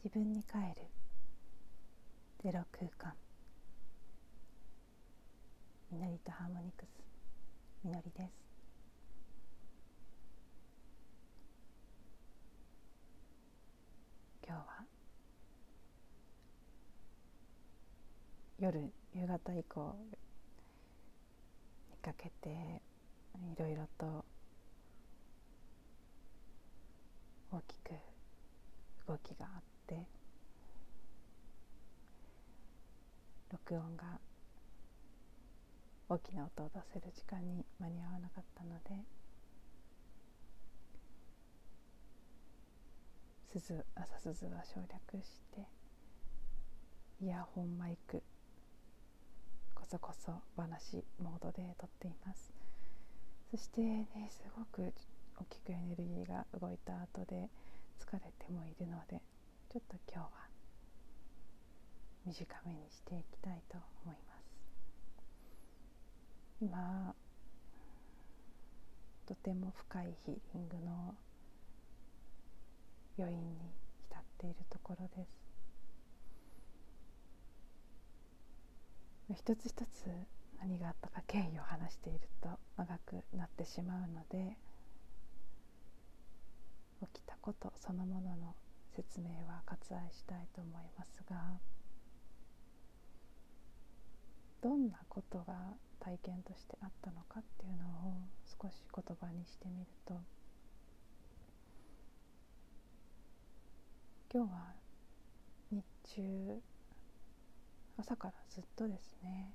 自分に帰るゼロ空間。みのりとハーモニクス、みのりです。今日は夕方以降にかけていろいろと大きく動きがあって、録音が大きな音を出せる時間に間に合わなかったので、朝鈴は省略してイヤホンマイクこそこそ話モードで撮っています。そしてね、すごく大きくエネルギーが動いた後で疲れてもいるので、ちょっと今日は短めにしていきたいと思います。今とても深いヒーリングの余韻に浸っているところです。一つ一つ何があったか経緯を話していると長くなってしまうので、起きたことそのものの説明は割愛したいと思いますが、どんなことが体験としてあったのかっていうのを少し言葉にしてみると、今日は日中朝からずっとですね、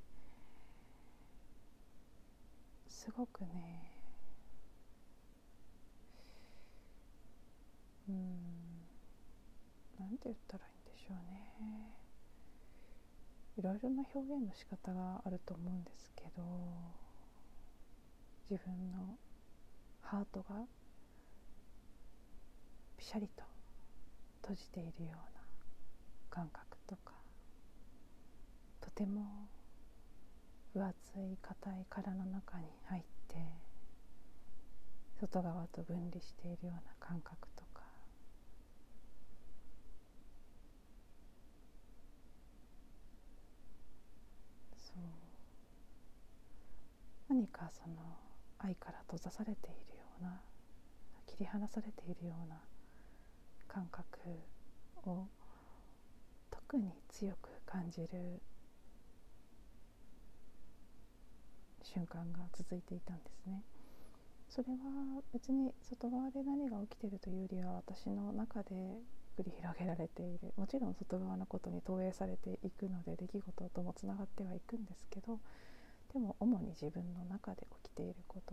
すごくね、なんて言ったらいいんでしょうね。いろいろな表現の仕方があると思うんですけど、自分のハートがピシャリと閉じているような感覚とか、とても分厚い硬い殻の中に入って外側と分離しているような感覚とか、何かその愛から閉ざされているような、切り離されているような感覚を特に強く感じる瞬間が続いていたんですね。それは別に外側で何が起きているというよりは、私の中で繰り広げられている、もちろん外側のことに投影されていくので出来事ともつながってはいくんですけど、でも主に自分の中で起きていること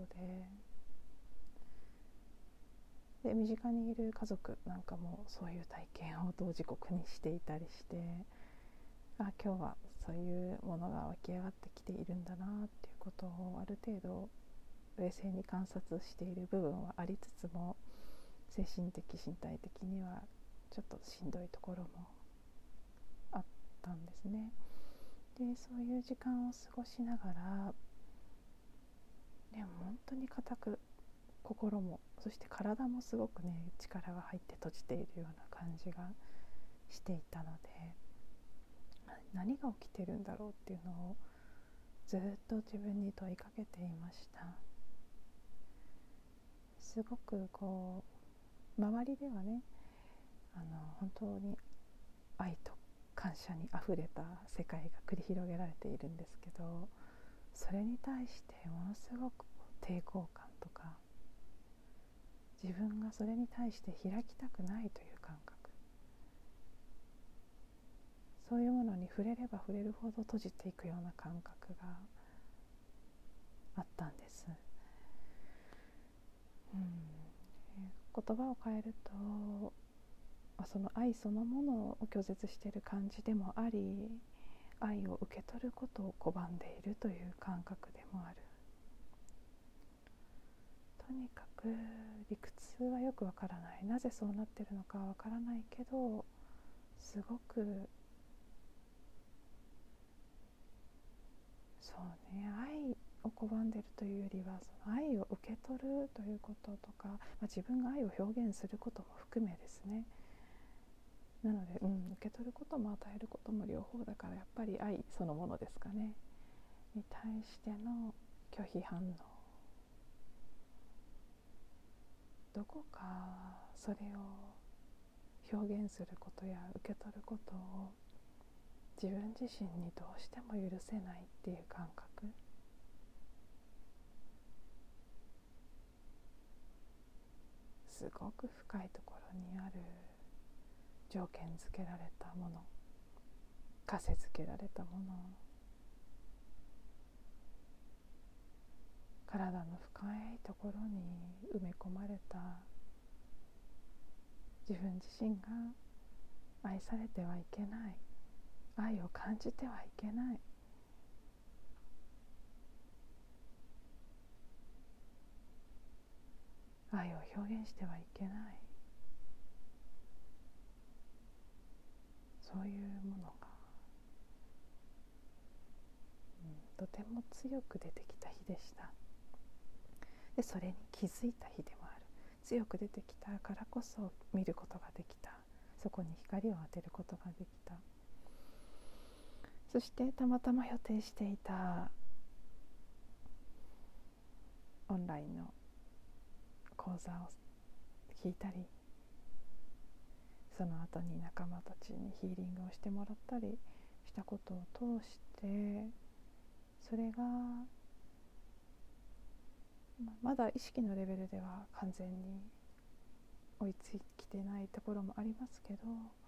で、身近にいる家族なんかもそういう体験を同時刻にしていたりして、今日はそういうものが湧き上がってきているんだなっていうことをある程度冷静に観察している部分はありつつも、精神的身体的にはちょっとしんどいところもあったんですね。で、そういう時間を過ごしながら、でも本当に固く心もそして体もすごくね、力が入って閉じているような感じがしていたので、何が起きてるんだろうっていうのをずっと自分に問いかけていました。すごく周りではね、本当に愛と感謝にあふれた世界が繰り広げられているんですけど、それに対してものすごく抵抗感とか、自分がそれに対して開きたくないという感覚、そういうものに触れれば触れるほど閉じていくような感覚があったんです。言葉を変えると、その愛そのものを拒絶している感じでもあり、愛を受け取ることを拒んでいるという感覚でもある。とにかく理屈はよくわからない、なぜそうなってるのかはわからないけど、すごくそうね、愛を拒んでるというよりは、その愛を受け取るということとか、自分が愛を表現することも含めですね、 なので、受け取ることも与えることも両方だから、やっぱり愛そのものですかねに対しての拒否反応、どこかそれを表現することや受け取ることを自分自身にどうしても許せないっていう感覚、すごく深いところにある条件付けられたもの、枷付けられたもの、体の深いところに埋め込まれた自分自身が愛されてはいけない、愛を感じてはいけない、愛を表現してはいけない、そういうものが、とても強く出てきた日でした。でそれに気づいた日でもある。強く出てきたからこそ見ることができた、そこに光を当てることができた。そしてたまたま予定していたオンラインの講座を聞いたり、その後に仲間たちにヒーリングをしてもらったりしたことを通して、それがまだ意識のレベルでは完全に追いついてきてないところもありますけど、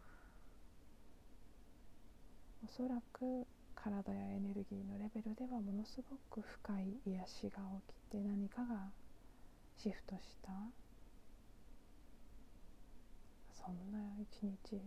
おそらく体やエネルギーのレベルではものすごく深い癒しが起きて、何かがシフトした、そんな一日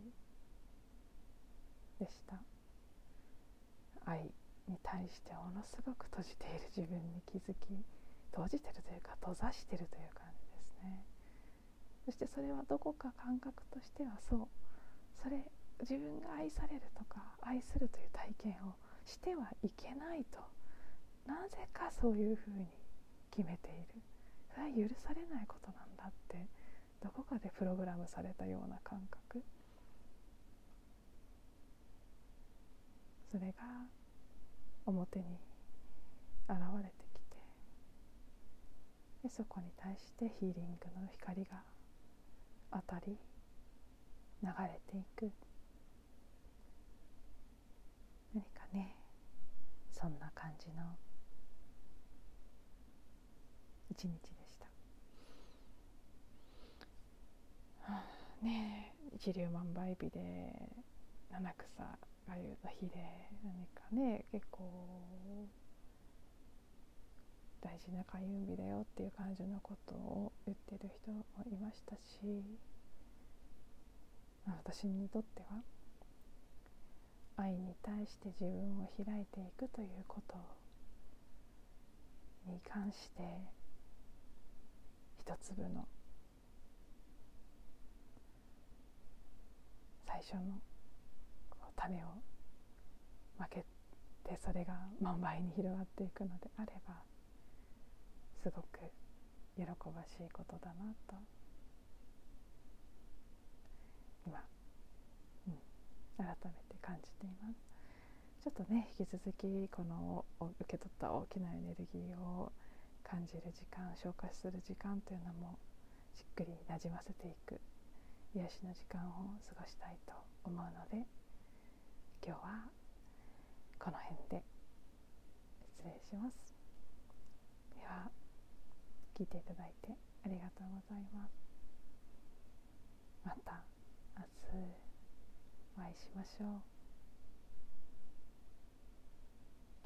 でした。愛に対してものすごく閉じている自分に気づき、閉じてるというか閉ざしてるという感じですね。そしてそれはどこか感覚としてはそれ自分が愛されるとか愛するという体験をしてはいけないと、なぜかそういうふうに決めている。それは許されないことなんだって、どこかでプログラムされたような感覚、それが表に現れてきて、でそこに対してヒーリングの光が当たり流れていく、何かね、そんな感じの一日でした。ねえ、一粒万倍日で七草がゆの日で、何かね、結構大事な開運日だよっていう感じのことを言ってる人もいましたし、私にとっては愛に対して自分を開いていくということに関して一粒の最初の種をまけて、それが万倍に広がっていくのであれば、すごく喜ばしいことだなと今、改めて感じています。ちょっとね、引き続きこの受け取った大きなエネルギーを感じる時間、消化する時間というのもしっくりなじませていく癒しの時間を過ごしたいと思うので、今日はこの辺で失礼します。では聞いていただいてありがとうございます。また明日お会いしましょう。